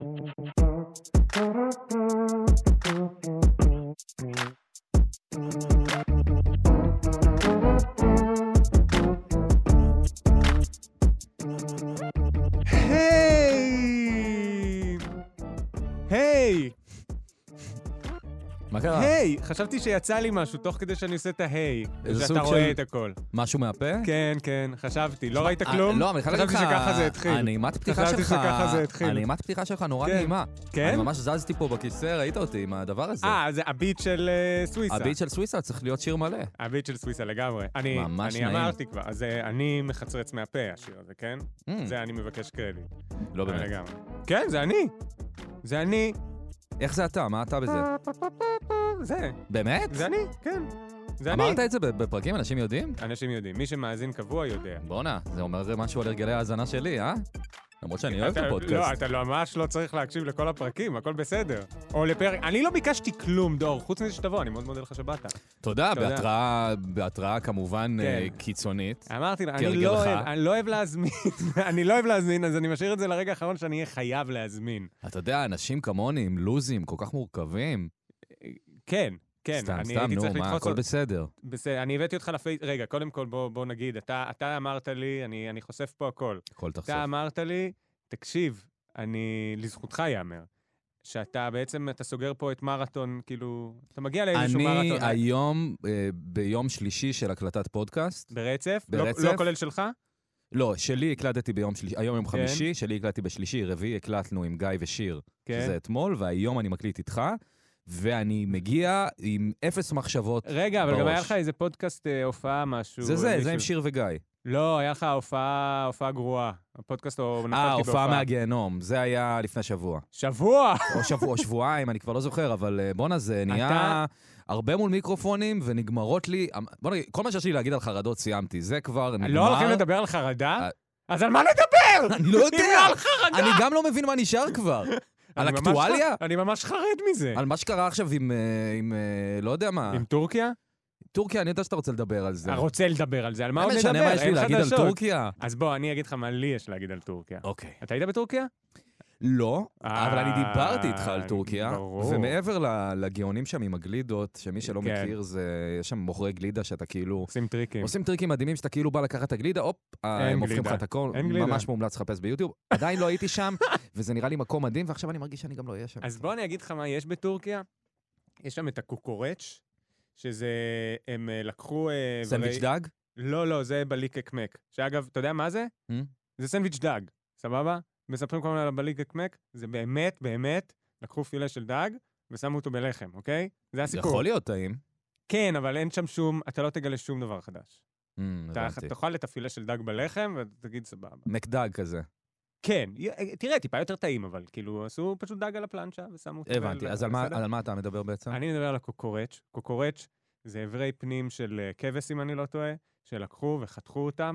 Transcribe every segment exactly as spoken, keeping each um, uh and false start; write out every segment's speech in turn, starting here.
היי! היי! מה קרה? היי! חשבתי שיצא לי משהו תוך כדי שאני עושה את ההיי. שאתה רואה את הכל. משהו מהפה? כן, כן, חשבתי. לא ראית כלום? לא, אבל אני חייב להגיד לך... חשבתי שככה זה התחיל. הנעימת פתיחה שלך... חשבתי שככה זה התחיל. הנעימת פתיחה שלך נורא נעימה. כן? אני ממש זזתי פה בכיסא, ראית אותי עם הדבר הזה. אה, זה הביט של סוויסה. הביט של סוויסה צריך להיות שיר מלא. הביט של סוויסה לגמרי. אני, ממש אני נעים. אמרתי כבר, אז אני מחצרץ מהפה השיר הזה, כן? זה אני מבקש קרדיט. לא באמת. לגמרי. כן, זה אני. זה אני. איך זה אתה? מה אתה בזה? זה. באמת? זה אני, כן. זה אני. אמרת את זה בפרקים? אנשים יודעים? אנשים יודעים. מי שמאזין קבוע יודע. בואנה, זה אומר משהו על הרגלי ההאזנה שלי, אה? למרות שאני אוהב את אתה- הפודקאסט. לא, אתה לא- ממש לא צריך להקשיב לכל הפרקים, הכל בסדר. או לפרק... אני לא ביקשתי כלום, דור, חוץ מזה שתבוא, אני מאוד מודה לך שבאת. תודה, תודה. בהתראה, בהתראה כמובן כן. אה, קיצונית. אמרתי, אני כהרגלך. לא אוהב, אני לא אוהב להזמין, אני לא אוהב להזמין, אז אני משאיר את זה לרגע האחרון שאני אהיה חייב להזמין. אתה יודע, אנשים כמוני עם לוזים כל כך מורכבים. כן, כן, סתם, אני סתם, הייתי נו, צריך מה, לתפוס... הכל בסדר. בסדר, אני הבאתי אותך לפייס... רגע, קודם כל בוא, בוא נגיד, אתה, אתה אמרת לי, אני, אני חושף פה הכל. הכל תחשוף. אתה אמרת לי, תקשיב, אני, לזכותך יאמר, שאתה בעצם, אתה סוגר פה את מרתון, כאילו, אתה מגיע לאיזשהו אני מרתון. היום, אה, ביום שלישי של הקלטת פודקאסט, ברצף? ברצף? לא, לא כולל שלך? לא, שלי הקלטתי ביום שלישי, היום יום כן. חמישי, שלי הקלטתי בשלישי, רביעי הקלטנו עם גיא ושיר, כן. שזה אתמול, והיום אני מקליט איתך, ואני מגיע עם אפס מחשבות רגע, אבל גם בראש. היה לך איזה פודקאסט, אה, הופעה, משהו. זה זה, מישהו- זה עם שיר וגיא. לא, היה לך הופעה, הופעה גרועה. הפודקאסט או נפלתי אה, בהופעה. הופעה מהגיהנום, זה היה לפני שבוע. שבוע! או שבוע, או שבועיים, אני כבר לא זוכר, אבל אה, בואנה, זה נהיה אתה- הרבה מול מיקרופונים, ונגמרות לי, בוא נגיד, כל מה שיש לי להגיד על חרדות סיימתי, זה כבר נגמר. לא הולכים לדבר על חרדה? אה. אז על מה נדבר? אני לא יודע. אם לא על חרדה! אני גם לא מבין מה נשאר כבר. על אני ממש אקטואליה? ח- אני ממש חרד מזה. על מה שקרה עכשיו עם, אה, עם אה, לא יודע מה. עם טורקיה? טורקיה, אני יודע שאתה רוצה לדבר על זה. אני רוצה לדבר על זה, על מה עוד לא נדבר? משנה מה יש לי אין להגיד על חדשות. טורקיה. אז בוא, אני אגיד לך מה לי יש להגיד על טורקיה. אוקיי. אתה היית בטורקיה? לא, אה, אבל אני דיברתי איתך על טורקיה, ברור. ומעבר ל- לגאונים שם עם הגלידות, שמי שלא כן. מכיר, זה, יש שם מוכרי גלידה שאתה כאילו, עושים טריקים. עושים טריקים מדהימים שאתה כאילו בא לקחת את הגלידה, הופ, אה, הם הופכים לך גלידה. את הכל, אין גלידה. ממש מומלץ לחפש ביוטיוב. עדיין לא הייתי שם, וזה נראה לי מקום מדהים, ועכשיו אני מרגיש שאני גם לא אהיה שם. אז בוא אני אגיד לך מה יש בטורקיה. יש שם את הקוקורץ', שזה, הם אה, לקחו... אה, סנדוויץ' וראי- דג? לא, לא, זה בליק אקמק. שאגב, אתה יודע מה זה? Hmm? זה סנדוויץ' דג, סבבה? מספרים כל הזמן על הבליק אקמק, זה באמת, באמת, לקחו פילה של דג ושמו אותו בלחם, אוקיי? זה הסיפור. יכול להיות טעים. כן, אבל אין שם שום, אתה לא תגלה שום דבר חדש. Hmm, אתה הבנתי. תאכל את הפילה של דג בלחם ותגיד סבבה. מקדג כזה. כן, י- תראה, טיפה יותר טעים, אבל כאילו עשו פשוט דג על הפלנצ'ה ושמו אותו. הבנתי, ב- אז על מה- בסדר? על מה אתה מדבר בעצם? אני מדבר על הקוקורץ'. קוקורץ' זה אברי פנים של אה, כבש, אם אני לא טועה, שלקחו וחתכו אותם,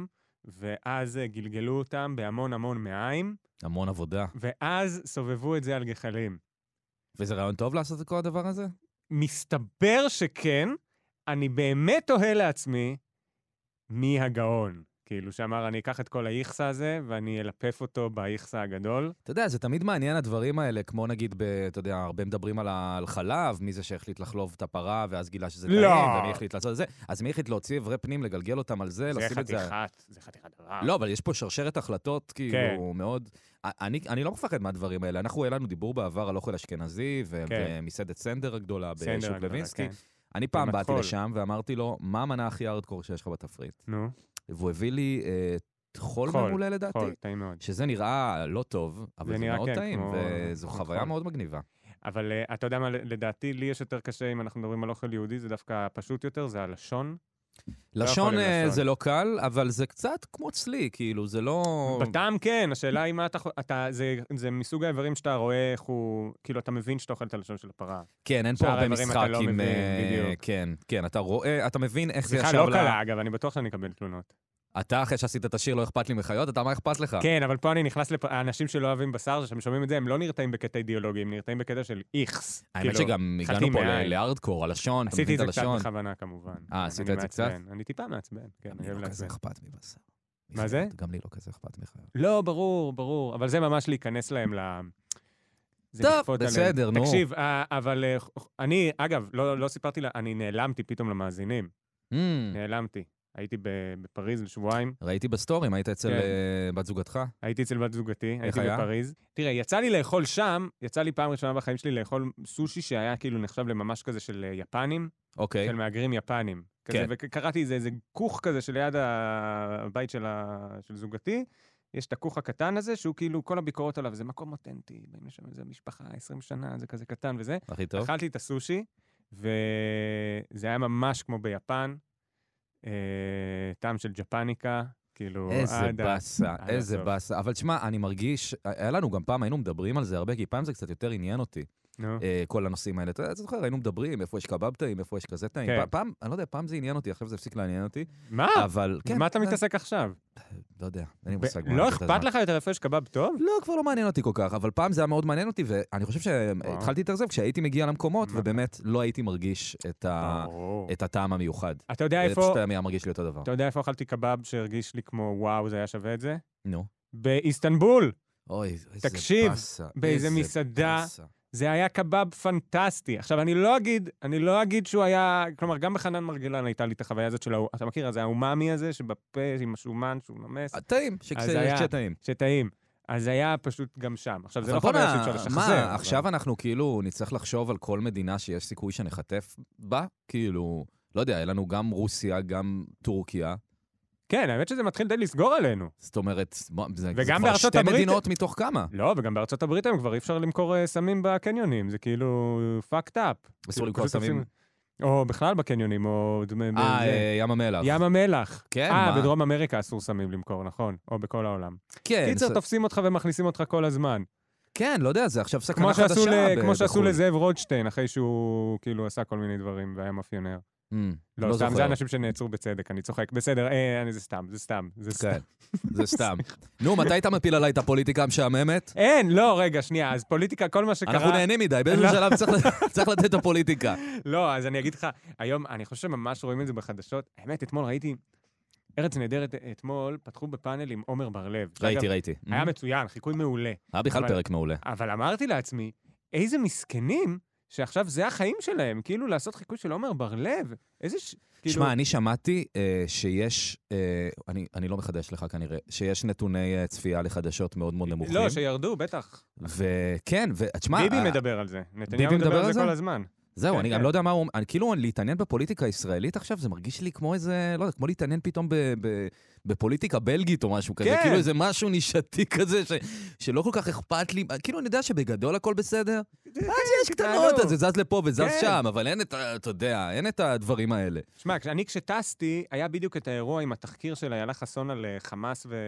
ואז אה, גלגלו אותם בהמון המון מעיים, המון עבודה. ואז סובבו את זה על גחלים. וזה רעיון טוב לעשות את כל הדבר הזה? מסתבר שכן, אני באמת תוהה לעצמי מי הגאון. כאילו שאמר, אני אקח את כל האיכסה הזה, ואני אלפף אותו באיכסה הגדול. אתה יודע, זה תמיד מעניין הדברים האלה, כמו נגיד, ב, אתה יודע, הרבה מדברים על, ה- על חלב, מי זה שהחליט לחלוב את הפרה, ואז גילה שזה לא. טעים, ומי החליט לעשות את זה. אז מי החליט להוציא אברי פנים, לגלגל אותם על זה, זה לשים את זה... חתיכת, זה חתיכת דבר. לא, אבל יש פה שרשרת החלטות, כאילו, כן. מאוד... אני, אני לא מפחד מהדברים האלה. אנחנו, היה לנו דיבור בעבר על אוכל אשכנזי, ו- כן. ומסעדת סנדר הגדולה סנדר בשוק הגדולה, לוינסקי. כן. אני פעם באתי במטחול. לשם ואמרתי לו, מה המנה הכי ארדקור שיש לך בתפריט? נו, והוא הביא לי אה, חול חול, ממולא לדעתי. חול, טעים מאוד. שזה נראה לא טוב, אבל זה זה, נראה, מאוד כן, טעים, כמו- וזו כמו חוויה חול. מאוד מגניבה. אבל uh, אתה יודע מה, לדעתי, לי יש יותר קשה אם אנחנו מדברים על אוכל יהודי, זה דווקא פשוט יותר, זה הלשון. לשון יכול עם אה, לשון. זה לא קל, אבל זה קצת כמו צלי, כאילו, זה לא... בטעם כן, השאלה היא מה אתה, חו- אתה, זה, זה מסוג האיברים שאתה רואה איך הוא, כאילו אתה מבין שאתה אוכל את הלשון של הפרה. כן, אין פה שאר הרבה האיברים משחק אתה לא עם... מבין, אה, בדיוק. כן, כן, אתה רואה, אתה מבין איך זה סליחה, ישב לא ל- קלה, אגב, אני בטוח שאני אקבל תלונות. אתה, אחרי שעשית את השיר לא אכפת לי מחיות, אתה מה אכפת לך? כן, אבל פה אני נכנס לאנשים שלא אוהבים בשר, שהם שומעים את זה, הם לא נרתעים בקטע אידיאולוגי, הם נרתעים בקטע של איכס. האמת כאילו, שגם חצי הגענו פה מעיים. ל- לארדקור, הלשון, אתה עשיתי מבין את את זה קצת הלשון. בכוונה, כמובן. אה, עשית אני את זה קצת? מעצבן, אני טיפה מעצבן, כן, גם אני לי אוהב לא כזה לעצבן. אכפת מבשר. מה זה? מחיות, גם לי לא כזה אכפת מחיות. לא, ברור, ברור, אבל זה ממש להיכנס להם ל... זה טוב, לכפות עליהם. בסדר, נו. תקשיב, אה, אבל אה, אני, אגב, לא לא סיפרתי לה, אני נעלמתי פתאום למאזינים. Mm, נעלמתי. הייתי ב- בפריז לשבועיים, ראיתי בסטורים, היית אצל כן. אה, בת זוגתך? הייתי אצל בת זוגתי, הייתי היה? בפריז. תראה, יצא לי לאכול שם, יצא לי פעם ראשונה בחיים שלי לאכול סושי שהיה כאילו נחשב לממש כזה של אה, יפנים, אוקיי. של מהגרים יפנים. כזה, כן. וקראתי איזה, איזה כוך כזה שליד הבית של, ה... של זוגתי, יש את הכוך הקטן הזה, שהוא כאילו, כל הביקורות עליו, זה מקום אותנטי, באים לשם איזה משפחה, עשרים שנה, זה כזה קטן וזה. הכי טוב. אכלתי את הסושי, וזה היה ממש כמו ביפן, אה, טעם של ג'פניקה, כאילו, איזה עד ה- באסה, עד איזה הסוף. באסה. אבל תשמע, אני מרגיש, היה לנו גם פעם, היינו מדברים על זה הרבה, כי פעם זה קצת יותר עניין אותי, נו. אה, כל הנושאים האלה. אתה יודע, אתה זוכר, היינו מדברים, איפה יש קבב טעים, איפה יש כזה טעים. כן. פ- פעם, אני לא יודע, פעם זה עניין אותי, עכשיו זה הפסיק לעניין אותי, מה? אבל כן. מה אתה אה, מתעסק עכשיו? לא יודע, אין לי ב- מושג. מה לא אני עושה את אכפת הזמן. לך יותר איפה יש קבב טוב? לא, כבר לא מעניין אותי כל כך, אבל פעם זה היה מאוד מעניין אותי, ואני חושב שהתחלתי להתאכזב כשהייתי מגיע למקומות, מה? ובאמת לא הייתי מרגיש את ה- ברור. את הטעם המיוחד. אתה יודע זה איפה, פשוט היה מרגיש לי אותו דבר. אתה יודע איפה אכלתי קבב שהרגיש לי כמו וואו, זה היה שווה את זה? נו. באיסטנבול. אוי, איזה תקשיב, באסה, באיזה איזה מסעדה. באסה. זה היה קבב פנטסטי. עכשיו, אני לא אגיד, אני לא אגיד שהוא היה, כלומר, גם בחנן מרגלן הייתה לי את החוויה הזאת של, ה- אתה מכיר, זה האומאמי הזה שבפה עם השומן, שהוא נמס, טעים, אז היה- שטעים. שטעים. אז היה פשוט גם שם. עכשיו, זה לא אבל חוויה בוא'נה, שאי אפשר לשחזר. מה, אבל- עכשיו אנחנו כאילו נצטרך לחשוב על כל מדינה שיש סיכוי שנחטף בה? כאילו, לא יודע, היה לנו גם רוסיה, גם טורקיה. כן, האמת שזה מתחיל די לסגור עלינו. זאת אומרת, מה, זה זה וגם כבר בארצות שתי הברית- מדינות מתוך כמה. לא, וגם בארצות הברית היום כבר אי אפשר למכור אה, סמים בקניונים, זה כאילו fucked up. אסור כאילו, למכור פשוט סמים? עושים- או בכלל בקניונים, או... דמי- אה, זה. אה, ים המלח. ים המלח. כן, אה, מה? בדרום אמריקה אסור סמים למכור, נכון. או בכל העולם. כן, קיצר, זה- תופסים אותך ומכניסים אותך כל הזמן. כן, לא יודע, זה עכשיו סכנה כמו חדשה. שעשו ל- ב- כמו שעשו בחו"ל. לזאב רודשטיין, אחרי שהוא כאילו עשה כל מיני דברים והיה מאפיונר. Mm, לא, סתם, זוכר. זה אנשים שנעצרו בצדק, אני צוחק. בסדר, אה, אני- זה סתם, זה סתם, זה סתם. כן, זה סתם. נו, מתי אתה מפיל עליי את הפוליטיקה המשעממת? אין, לא, רגע, שנייה, אז פוליטיקה, כל מה שקרה... אנחנו נהנים מדי, באיזה לא. שלב צריך צריך לתת את הפוליטיקה. לא, אז אני אגיד לך, היום, אני חושב שממש רואים את זה בחדשות. האמת, אתמול ראיתי, ארץ נהדרת אתמול, פתחו בפאנל עם עומר בר-לב. ראיתי, שאגב, ראיתי. היה מצוין, חיקוי מעולה. היה בכלל אבל- פרק מעולה. אבל אמרתי לעצמי, איזה מסכנים שעכשיו זה החיים שלהם, כאילו לעשות חיקוי של עומר בר-לב. איזה ש... כאילו... שמע, אני שמעתי אה, שיש, אה, אני, אני לא מחדש לך כנראה, שיש נתוני אה, צפייה לחדשות מאוד מאוד נמוכים. לא, שירדו, בטח. וכן, ותשמע, ביבי אה, מדבר על זה. נתניהו ביבי מדבר על זה כל הזמן. זהו, כן, אני כן. גם לא יודע מה הוא... אני כאילו, להתעניין בפוליטיקה הישראלית עכשיו, זה מרגיש לי כמו איזה, לא יודע, כמו להתעניין פתאום ב, ב, בפוליטיקה בלגית או משהו כזה. כן. כאילו איזה משהו נישתי כזה, ש, שלא כל כך אכפת לי. כאילו, אני יודע שבגדול הכל בסדר. אז יש קטנות, אז זה זז לפה וזז כן. שם, אבל אין את ה... אתה יודע, אין את הדברים האלה. שמע, אני כשטסתי, היה בדיוק את האירוע עם התחקיר של איילה חסון על אה, חמאס ו...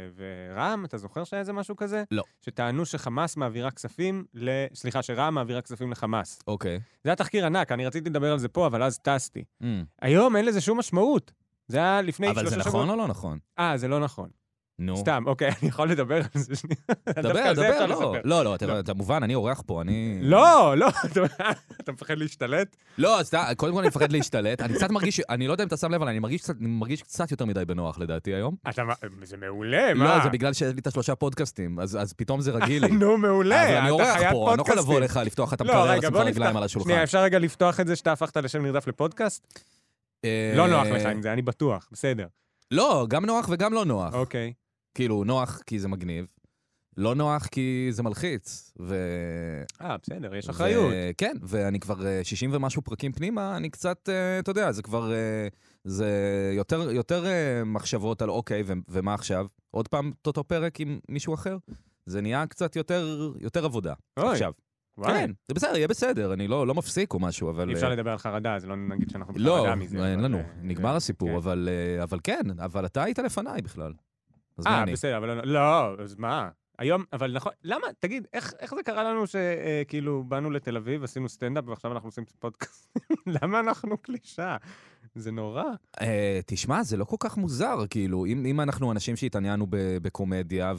ורע"מ, אתה זוכר שהיה איזה משהו כזה? לא. שטענו שחמאס מעבירה כספים ל... סליחה, שרע"מ מעבירה כספים לחמאס. אוקיי. זה היה תחקיר ענק, אני רציתי לדבר על זה פה, אבל אז טסתי. Mm. היום אין לזה שום משמעות. זה היה לפני אבל זה שלושה נכון שבועות. או לא נכון? אה, זה לא נכון. נו. סתם, אוקיי, אני יכול לדבר על זה שנייה. דווקא דבר, על זה דבר, אפשר לא. לספר. לא, לא, אתה- אתה מובן, אני אורח פה, אני... לא, לא, אתה- אתה מפחד להשתלט? לא, אז אתה- קודם כל אני מפחד להשתלט. אני קצת מרגיש, אני לא יודע אם אתה שם לב, אבל אני מרגיש קצת- אני מרגיש קצת יותר מדי בנוח לדעתי היום. אתה, זה מעולה, מה? לא, זה בגלל שיש לי את השלושה פודקאסטים, אז אז פתאום זה רגיל לי. נו, מעולה, אבל אני אתה אורח חיית פה, אני לא יכול לבוא פודקאסטים. לך, לפתוח את לא, המקרר, רגע, לשים בוא לך רגליים על נפתח. השולחן. שנייה, אפשר רגע לפתוח את זה שאתה הפכת לשם נרדף לפודקאסט? אה, לא נוח לך עם זה, אני בטוח, בסדר. לא, גם נוח וגם לא נוח. אוקיי. כאילו, נוח כי זה מגניב, לא נוח כי זה מלחיץ. ו... אה, בסדר, יש אחריות. ו- כן, ואני כבר אה, שישים ומשהו פרקים פנימה, אני קצת, אה, אתה יודע, זה כבר, אה, זה יותר, יותר אה, מחשבות על אוקיי, ו- ומה עכשיו? עוד פעם את אותו פרק עם מישהו אחר? זה נהיה קצת יותר, יותר עבודה. אוי, עכשיו. וואי. כן, זה בסדר, יהיה בסדר, אני לא, לא מפסיק או משהו, אבל... אי אפשר אה, לדבר על חרדה, אז לא נגיד שאנחנו בחרדה לא, מזה. אין אבל, לנו, אה, נגמר כן. הסיפור, אבל, אה, אבל כן, אבל אתה היית לפניי בכלל. אז מה אה, אני? בסדר, אבל לא- לא, אז מה? היום, אבל נכון, למה, תגיד, איך איך זה קרה לנו שכאילו באנו לתל אביב, עשינו סטנדאפ ועכשיו אנחנו עושים פודקאסט? למה אנחנו קלישה? זה נורא. אה, תשמע, זה לא כל כך מוזר, כאילו, אם, אם אנחנו אנשים שהתעניינו ב- בקומדיה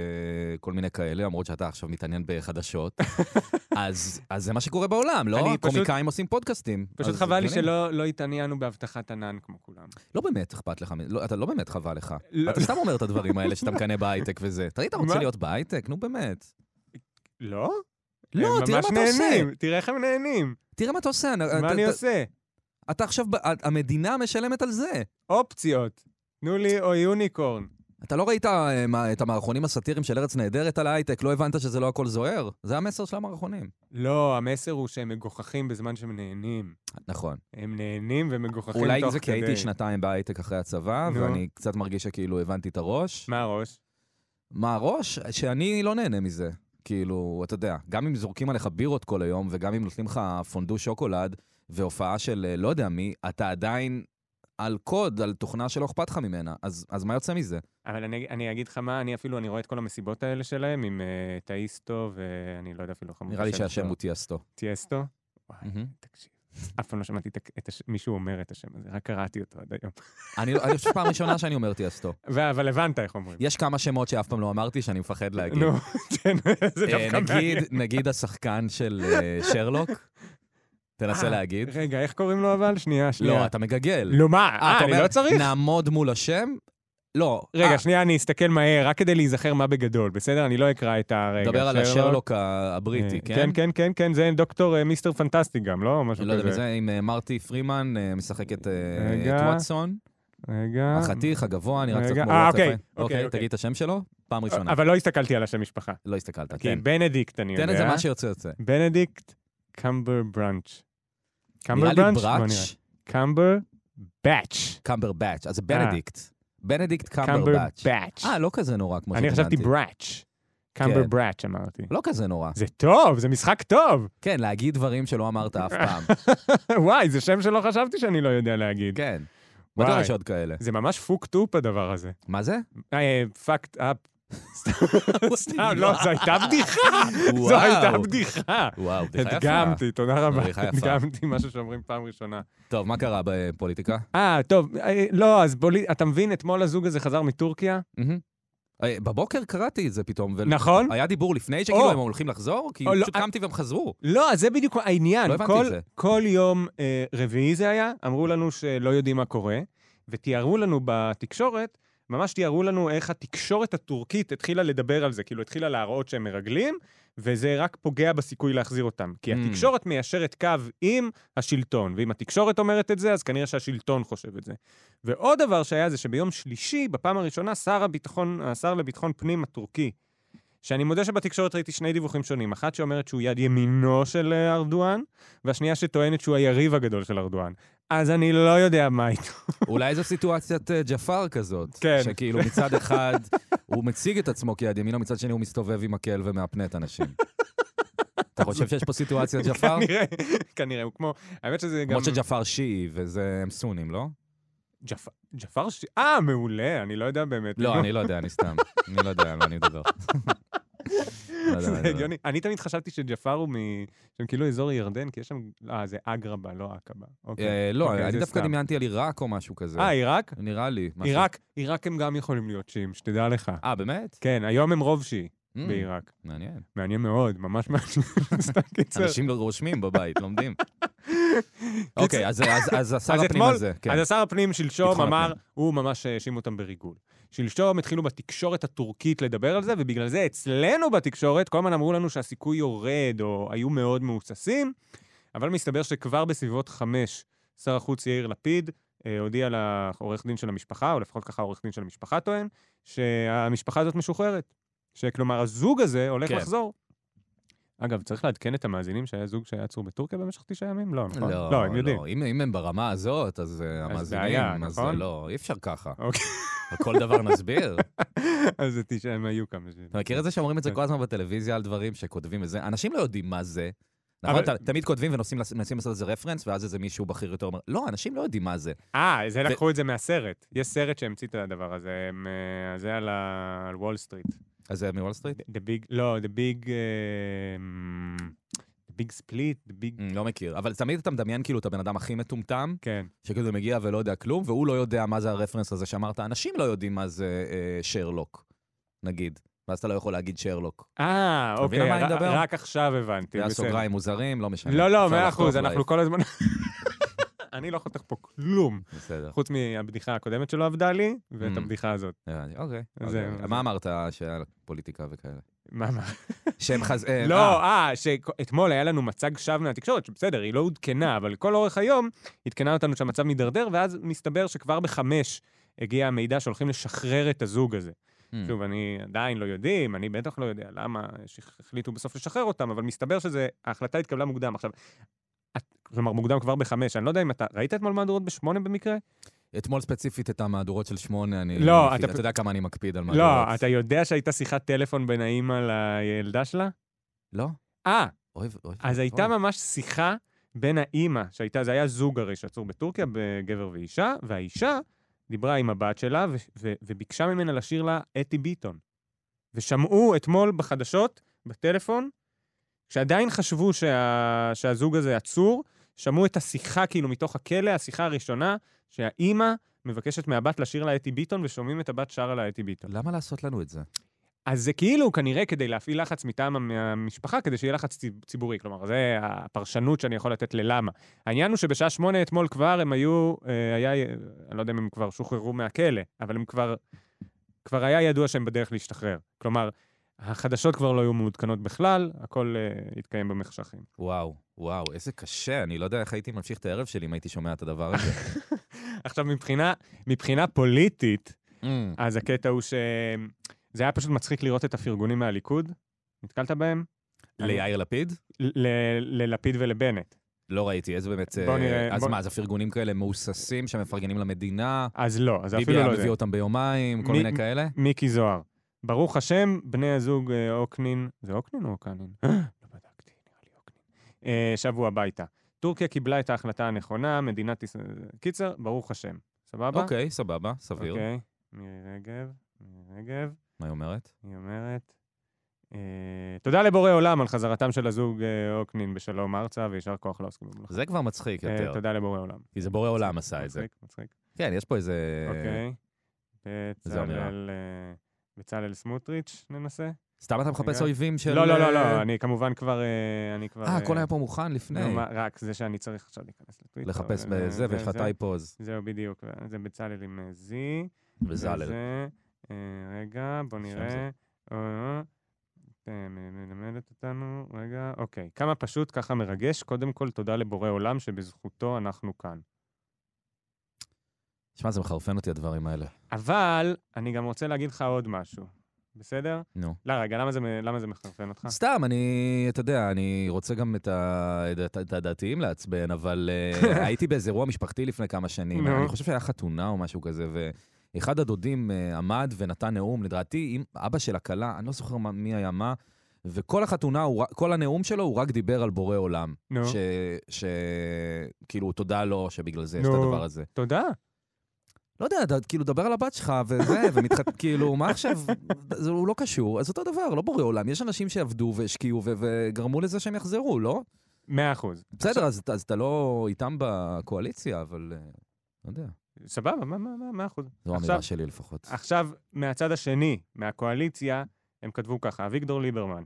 ובכל מיני כאלה, למרות שאתה עכשיו מתעניין בחדשות, אז, אז זה מה שקורה בעולם, לא? אני פשוט- קומיקאים עושים פודקאסטים. פשוט אז חבל לי הגיוני. שלא לא התעניינו באבטחת ענן כמו כולם. לא באמת אכפת לך, לא, אתה לא באמת חבל לך. לא. אתה סתם אומר את הדברים האלה שאתה מקנא בהייטק וזה. תראי, אתה רוצה מה? להיות בהייטק? נו באמת. לא? לא, הם תראה ממש מה אתה עושה. נהנים, תראה איך הם נהנים. תראה מה אתה עושה. מה אתה- אני אתה- עושה? אתה עכשיו, ב- המדינה משלמת על זה. אופציות. תנו לי או יוניקורן. אתה לא ראית אה, מה- את המערכונים הסאטיריים של ארץ נהדרת על ההייטק, לא הבנת שזה לא הכל זוהר? זה המסר של המערכונים. לא, המסר הוא שהם מגוחכים בזמן שהם נהנים. נכון. הם נהנים ומגוחכים תוך כדי. אולי זה כי הייתי שנתיים בהייטק אחרי הצבא, נו. ואני קצת מרגיש שכאילו הבנתי את הראש. מה הראש? מה הראש? שאני לא נהנה מזה. כאילו, אתה יודע, גם אם זורקים עליך בירות כל היום, וגם אם נותנים לך פונדו שוקולד, והופעה של אה, לא יודע מי, אתה עדיין על קוד, על תוכנה שלא אכפת לך ממנה. אז, אז מה יוצא מזה? אבל אני, אני אגיד לך מה, אני אפילו, אני רואה את כל המסיבות האלה שלהם עם uh, טאיסטו, ואני לא יודע אפילו איך... נראה לי שהשם הוא טייסטו. טייסטו? וואי, מהמם. תקשיב. אף פעם לא שמעתי את, את הש... מישהו אומר את השם הזה, רק קראתי אותו עד היום. אני אני חושב פעם ראשונה שאני אומר טייסטו. ו- אבל הבנת איך אומרים. יש כמה שמות שאף פעם לא אמרתי שאני מפחד להגיד. נו, כן, זה אה, דווקא מעניין. נגיד, נגיד השחקן של אה, שרלוק, תנסה אה, להגיד. רגע, איך קוראים לו אבל? שנייה, שנייה. לא, אתה מגגל. לא, מה? אה, אה, אתה אני אומר, לא צריך? נעמוד מול השם? לא. רגע, אה, שנייה, אני אסתכל מהר, רק כדי להיזכר מה בגדול, בסדר? אני לא אקרא את הרגע. דבר על השרלוק ה- הבריטי, אה, כן? כן, כן, כן, כן, זה דוקטור אה, מיסטר פנטסטי גם, לא? משהו לא יודע, כזה. וזה עם אה, מרטי פרימן, אה, משחק את אה, רגע. את וואטסון. רגע. החתיך, הגבוה, נראה קצת רגע. כמו אה, וואטסאפ. אוקיי, אוקיי, אוקיי, אוקיי. תגיד את השם שלו? פעם ראשונה. אבל לא הסתכלתי על השם משפחה. לא הסתכלת, כי תן. בנדיקט, אני יודע. תן איזה מה שיוצא יוצא. בנדיקט קמבר בראנץ'. קמבר נראה לי בראנץ'? בוא בראץ', נראה. קמבר באץ'. קמבר באץ', אז זה בנדיקט. בנדיקט קמבר קמבר באץ'. באץ'. אה, לא כזה נורא כמו אני שתכננתי. חשבתי בראץ'. קמבר כן. בראץ' אמרתי. לא כזה נורא. זה טוב, זה משחק טוב. כן, להגיד דברים שלא אמרת אף פעם. וואי, זה שם שלא חשבתי שאני לא יודע להגיד. כן. וואי. בטח יש עוד כאלה. זה ממש פוק טופ הדבר הזה. מה זה? פאקט אפ. סתם, לא, זו הייתה בדיחה. זו וואו. הייתה בדיחה. וואו, בדיחה יפה. הדגמתי, תודה רבה. בדיחה יפה. הדגמתי משהו שאומרים פעם ראשונה. טוב, מה קרה בפוליטיקה? אה, טוב, אה, לא, אז בוא, אתה מבין, אתמול הזוג הזה חזר מטורקיה? מהמם. אה, בבוקר קראתי את זה פתאום. ו- נכון? היה דיבור לפני שכאילו או. הם הולכים לחזור? כי או, לא, פשוט קמתי והם חזרו. לא, אז זה בדיוק העניין. לא הבנתי כל, את זה. כל יום אה, רביעי זה היה, אמרו לנו שלא יודעים מה קורה, ותיארו לנו בתקשורת, ממש תיארו לנו איך התקשורת הטורקית התחילה לדבר על זה, כאילו התחילה להראות שהם מרגלים, וזה רק פוגע בסיכוי להחזיר אותם. כי Mm. התקשורת מיישרת קו עם השלטון, ואם התקשורת אומרת את זה, אז כנראה שהשלטון חושב את זה. ועוד דבר שהיה זה שביום שלישי, בפעם הראשונה, שר הביטחון, השר לביטחון פנים הטורקי, שאני מודה שבתקשורת ראיתי שני דיווחים שונים. אחת שאומרת שהוא יד ימינו של אה, ארדואן, והשנייה שטוענת שהוא היריב הגדול של ארדואן. אז אני לא יודע מה איתו. אולי זו סיטואציית אה, ג'פר כזאת. כן. שכאילו מצד אחד הוא מציג את עצמו כיד ימינו, מצד שני הוא מסתובב עם מקל ומאפנה את אנשים. אתה חושב שיש פה סיטואציית ג'פר? כנראה, כנראה, הוא כמו... האמת שזה גם... למרות שג'פר שיעי וזה הם סונים, לא? ג'פ- ג'פר ש... אה, מעולה, אני לא יודע באמת. לא, אני לא יודע, אני סתם. אני לא יודע על מה אני מדבר. לא יודע על זה מה אני מדבר. הגיוני. אני תמיד חשבתי שג'פר הוא מ... שהם כאילו אזור ירדן, כי יש שם... אה, זה אגרבה, לא עקבה. אוקיי. אה, לא, אוקיי, אני זה דווקא סתם. דמיינתי על עיראק או משהו כזה. אה, עיראק? נראה לי. משהו. עיראק, עיראק הם גם יכולים להיות שיעים, שתדע לך. אה, באמת? כן, היום הם רוב שיעי Mm, בעיראק. מעניין. מעניין מאוד, ממש מעניין. סתם קיצר. אנשים לא רושמים בבית, לומדים. אוקיי, אז אז- אז השר אז הפנים אתמול- הזה, כן. אז השר הפנים שלשום ביטחון אמר, הפנים. הוא ממש האשים אותם בריגול. שלשום התחילו בתקשורת הטורקית לדבר על זה, ובגלל זה אצלנו בתקשורת כל הזמן אמרו לנו שהסיכוי יורד, או היו מאוד מאוססים, אבל מסתבר שכבר בסביבות חמש, שר החוץ יאיר לפיד אה, הודיע לעורך דין של המשפחה, או לפחות ככה העורך דין של המשפחה טוען, שהמשפחה הזאת משוחררת. שכלומר, הזוג הזה הולך כן. לחזור. אגב, צריך לעדכן את המאזינים שהיה זוג שהיה עצור בטורקיה במשך תשעה ימים? לא, נכון? לא, לא, הם יודעים. לא. אם אם הם ברמה הזאת, אז אה, המאזינים, בעיה, אז נכון? זה לא, אי אפשר ככה. אוקיי. על כל דבר נסביר. אז זה תשעה, הם היו כמה ש... אתה מכיר את זה שאומרים את זה כל הזמן בטלוויזיה על דברים שכותבים וזה? אנשים לא יודעים מה זה. נכון, אבל- ת- תמיד כותבים ומנסים לעשות איזה רפרנס, ואז איזה מישהו בכיר יותר אומר, לא, אנשים לא יודעים מה זה. אה, זה לקחו את זה מהסרט. יש סרט שהמציא את הדבר הזה, הם, אה, זה על ה- על וול סטריט. אז זה מוול סטריט? The big, לא, the big, אה, the big split, the big, לא מכיר. אבל תמיד אתה מדמיין כאילו את הבן אדם הכי מטומטם, כן. שכאילו מגיע ולא יודע כלום, והוא לא יודע מה זה הרפרנס הזה שאמרת, אנשים לא יודעים מה זה אה, שרלוק, נגיד. ואז אתה לא יכול להגיד שרלוק. אה, אתה מבין על אוקיי, מה אני ר- מדבר? רק עכשיו הבנתי. זה בסדר. הסוגריים מוזרים, לא משנה. לא, לא, אפשר מאה לחתוך אחוז, אנחנו לייב. כל הזמן... אני לא חותך פה כלום, בסדר. חוץ מהבדיחה הקודמת שלא עבדה לי, ואת Mm. הבדיחה הזאת. הבנתי, אוקיי. זה- אוקיי. זה- מה אמרת שהיה פוליטיקה וכאלה? מה, מה? שהם חז... לא, אה, שאתמול היה לנו מצג שווא מהתקשורת, שבסדר, היא לא עודכנה, אבל כל אורך היום התקנה אותנו שהמצב מידרדר, ואז מסתבר שכבר בחמש הגיע המידע שהולכים לשחרר את הזוג הזה. שוב, אני עדיין לא יודעים, אני בטח לא יודע למה שהחליטו בסוף לשחרר אותם, אבל מסתבר שזה, ההחלטה התקבלה מוקדם. עכשיו, כלומר, מוקדם כבר בחמש, אני לא יודע אם אתה, ראית אתמול מהדורות בשמונה במקרה? אתמול ספציפית את המהדורות של שמונה, אני... לא, אתה... אתה יודע כמה אני מקפיד על מהדורות. לא, אתה יודע שהייתה שיחת טלפון בין האמא לילדה שלה? לא. אה, אוי, אוי, אז אוי. הייתה ממש שיחה בין האמא, שהייתה, זה היה זוג הרי שעצור בטורקיה, בגבר ואישה, והאישה דיברה עם הבת שלה, ו- ו- וביקשה ממנה לשיר לה אתי ביטון. ושמעו אתמול בחדשות, בטלפון, שעדיין חשבו שה- שהזוג הזה עצור, שמעו את השיחה כאילו מתוך הכלא, השיחה הראשונה, שהאמא מבקשת מהבת לשיר לה אתי ביטון, ושומעים את הבת שרה לה אתי ביטון. למה לעשות לנו את זה? אז זה כאילו כנראה כדי להפעיל לחץ מטעם המשפחה, כדי שיהיה לחץ ציבורי. כלומר, זה הפרשנות שאני יכול לתת ללמה. העניין הוא שבשעה שמונה אתמול כבר הם היו, היה, אני לא יודע אם הם כבר שוחררו מהכלא, אבל הם כבר, כבר היה ידוע שהם בדרך להשתחרר. כלומר, החדשות כבר לא היו מעודכנות בכלל, הכל uh, התקיים במחשכים. וואו, וואו, איזה קשה. אני לא יודע איך הייתי ממשיך את הערב שלי אם הייתי שומע את הדבר הזה. עכשיו, מבחינה, מבחינה פוליטית, Mm. אז הקטע הוא ש... זה היה פשוט מצחיק לראות את הפרגונים מהליכוד. נתקלת בהם? ליאיר לפיד? ל- ללפיד ולבנט. לא ראיתי, איזה באמת... בוא נראה, אז בוא- מה, אז הפרגונים כאלה מאוססים שמפרגנים למדינה? אז לא, אז ביבי אפילו היה לא מביא זה. אותם ביומיים, כל מי- מיני כאלה? מיקי זוהר. ברוך השם, בני הזוג אה, אוקנין, זה אוקנין או אוקנין? לא בדקתי, נראה לי אוקנין. אה, שבו הביתה. טורקיה קיבלה את ההחלטה הנכונה, מדינת ישראל... קיצר, ברוך השם. סבבה? אוקיי, סבבה, סביר. אוקיי. מירי רגב, מירי רגב. מה היא אומרת? היא אומרת, אה, תודה לבורא עולם על חזרתם של הזוג אה, אוקנין בשלום ארצה, וישר כוח לעוסקים במלאכה. זה כבר מצחיק אה, יותר. תודה לבורא עולם. כי זה בורא עולם עשה את זה. מצחיק, מצחיק. כן, יש פה איזה... אוקיי. איזו אמירה. בצלאל, אה, בצלאל סמוטריץ' ננסה. סתם אתה מחפש רגע. אויבים של... לא, לא, לא, לא, אני כמובן כבר... אה, אני כבר... אה, הכל אה, היה פה מוכן לפני. נו, מה, רק זה שאני צריך עכשיו להיכנס לטוויטר. לחפש ו- בזה, ויש לך וזה. טייפוז. זהו, בדיוק. זה בצלאל עם אה, זי. וזלל. וזה, אה, רגע, בוא נראה. זה. אה, אה, מלמדת אותנו, רגע, אוקיי. כמה פשוט, ככה מרגש. קודם כל, תודה לבורא עולם שבזכותו אנחנו כאן. תשמע, זה מחרפן אותי הדברים האלה. אבל אני גם רוצה להגיד לך עוד משהו. בסדר? נו. לא, רגע, למה זה, למה זה מחרפן אותך? סתם, אני, אתה יודע, אני רוצה גם את ה- את ה- את הדתיים לעצבן, אבל אה, הייתי באיזה אירוע משפחתי לפני כמה שנים. נו. אני חושב שהיה חתונה או משהו כזה, ואחד הדודים אה, עמד ונתן נאום, לדעתי, עם אבא של הכלה, אני לא זוכר מה- מי היה מה, וכל החתונה, הוא ר- כל הנאום שלו, הוא רק דיבר על בורא עולם. נו. ש... ש... כאילו, תודה לו שבגלל זה יש את נו. הדבר הזה. תודה. לא יודע, ד- כאילו, דבר על הבת שלך וזה, ומתחת, כאילו, מה עכשיו? זה הוא לא קשור, אז אותו דבר, לא בורא עולם. יש אנשים שעבדו והשקיעו ו- וגרמו לזה שהם יחזרו, לא? מאה אחוז. בסדר, אז, אז אתה לא איתם בקואליציה, אבל אה, לא יודע. סבבה, מה, מה, מה, מאה אחוז. זו עכשיו- האמירה שלי לפחות. עכשיו, מהצד השני, מהקואליציה, הם כתבו ככה, אביגדור ליברמן.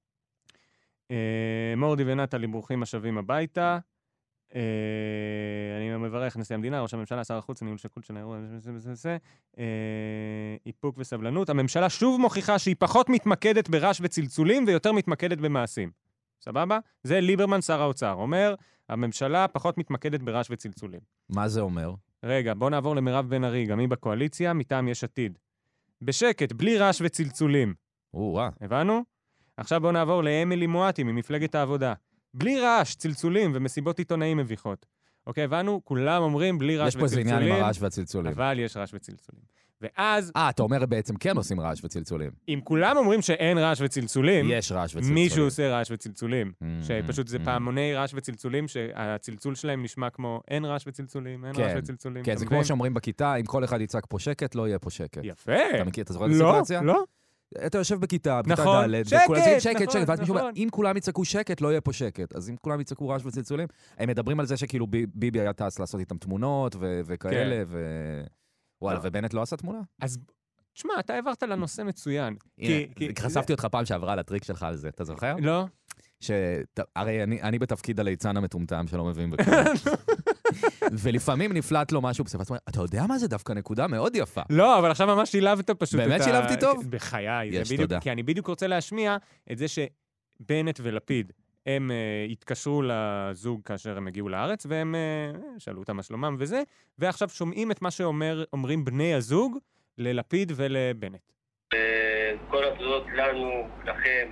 אה, מורדי ונטלי, ברוכים השבים הביתה. אה, אני מברך נשיא המדינה, ראש הממשלה, שר החוץ, ניהול שקול של האירוע, זה, זה, זה, אה, איפוק וסבלנות. הממשלה שוב מוכיחה שהיא פחות מתמקדת ברעש וצלצולים ויותר מתמקדת במעשים. סבבה? זה ליברמן, שר האוצר. אומר, הממשלה פחות מתמקדת ברעש וצלצולים. מה זה אומר? רגע, בוא נעבור למירב בן ארי, גם היא בקואליציה, מטעם יש עתיד. בשקט, בלי רעש וצלצולים. או-אה. הבנו? עכשיו בוא נעבור לאמילי מואטי ממפלגת העבודה. בלי רעש, צלצולים ומסיבות עיתונאים מביכות. אוקיי, הבנו? כולם אומרים בלי רעש יש פה איזה וצלצולים. עניין עם הרעש והצלצולים. אבל יש רעש וצלצולים. ואז, אה, אתה אומר בעצם כן עושים רעש וצלצולים. אם כולם אומרים שאין רעש וצלצולים, יש רעש וצלצולים. מישהו עושה רעש וצלצולים. Mm, שפשוט זה mm. פעמוני רעש וצלצולים, שהצלצול שלהם נשמע כמו אין רעש וצלצולים, אין כן, רעש וצלצולים. כן, אתה זה מבין? כמו שאומרים בכיתה, אם כל אחד יצעק פה שקט, לא יהיה פה שקט. יפה. אתה מכיר, אתה זוכר את לא, הסיטואציה? לא. אתה יושב בכיתה, בכיתה נכון. ד', שקט, וכולם אומרים, שקט, נכון, שקט, ואז מישהו אומר, נכון. אם כולם יצעקו שקט, לא יהיה פה שקט. אז אם כולם יצעקו רעש וצלצולים, הם מדברים על זה שכאילו ב- ביבי היה טס לעשות איתם תמונות ו- וכאלה, ו... וואלה, לא. ובנט לא עשה תמונה? אז, תשמע, אתה העברת לנושא מצוין. הנה, כי- כי- חשפתי אותך פעם שעברה על הטריק שלך על זה, אתה זוכר? לא? ש... הרי אני, אני בתפקיד הליצן המטומטם שלא מבין בכלל. ולפעמים נפלט לו משהו בסוף, אתה יודע מה זה דווקא נקודה מאוד יפה. לא, אבל עכשיו ממש שילבת פשוט. באמת שילבתי טוב? בחיי. יש, תודה. כי אני בדיוק רוצה להשמיע את זה שבנט ולפיד, הם uh, התקשרו לזוג כאשר הם הגיעו לארץ, והם uh, שאלו אותם מה שלומם וזה, ועכשיו שומעים את מה שאומרים בני הזוג ללפיד ולבנט. כל התודות לנו, לכם,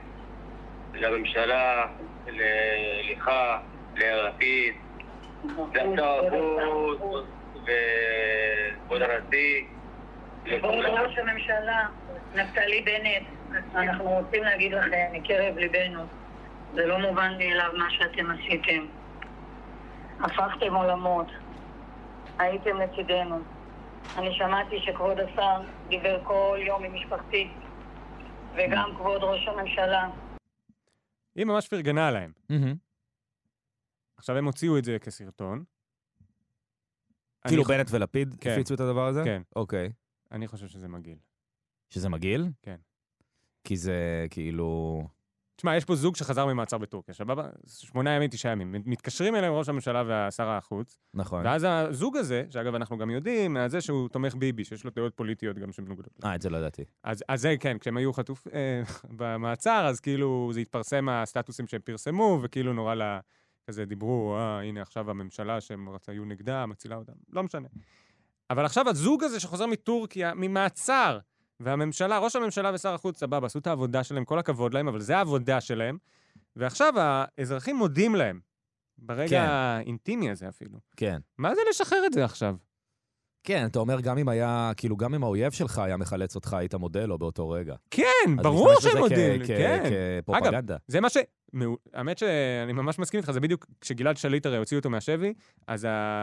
לממשלה, לך, ללפיד, לשר החוץ וכבוד הנשיא. כבוד ראש הממשלה, נפתלי בנט, אנחנו רוצים להגיד לכם מקרב ליבנו, זה לא מובן מאליו מה שאתם עשיתם. הפכתם עולמות, הייתם לצידנו. אני שמעתי שכבוד השר דיבר כל יום עם משפחתי, וגם כבוד ראש הממשלה. היא ממש פרגנה להם. עכשיו הם הוציאו את זה כסרטון. כאילו בנט ולפיד הפיצו את הדבר הזה? כן. אוקיי. אני חושב שזה מגעיל. שזה מגעיל? כן. כי זה כאילו... תשמע, יש פה זוג שחזר ממעצר בטורקיה, שבבה, שמונה ימים, תשעה ימים. מתקשרים אליהם ראש הממשלה והשר החוץ. נכון. ואז הזוג הזה, שאגב אנחנו גם יודעים, מהזה שהוא תומך ביבי, שיש לו תיאוריות פוליטיות גם שמנוגדות. אה, את זה לא ידעתי. אז, אז זה, כן, כשהם היו חטוף אה, במעצר, אז כאילו זה התפרסם הסטטוסים שהם פרסמו, וכאילו נורא לה, כזה דיברו, אה, הנה עכשיו הממשלה שהם היו נגדה, מצילה אותם, לא משנה. אבל עכשיו הזוג הזה שחוזר מטורקיה, ממעצר, והממשלה, ראש הממשלה ושר החוץ, סבבה, עשו את העבודה שלהם, כל הכבוד להם, אבל זה העבודה שלהם, ועכשיו האזרחים מודים להם, ברגע כן. האינטימי הזה אפילו. כן. מה זה לשחרר את זה עכשיו? כן, אתה אומר, גם אם היה, כאילו, גם אם האויב שלך היה מחלץ אותך, היית מודה לו באותו רגע. כן, ברור שהם מודים, כן. כפרופגנדה. אגב, זה מה ש... האמת שאני ממש מסכים איתך, זה בדיוק כשגלעד שליט הרי הוציאו אותו מהשבי, אז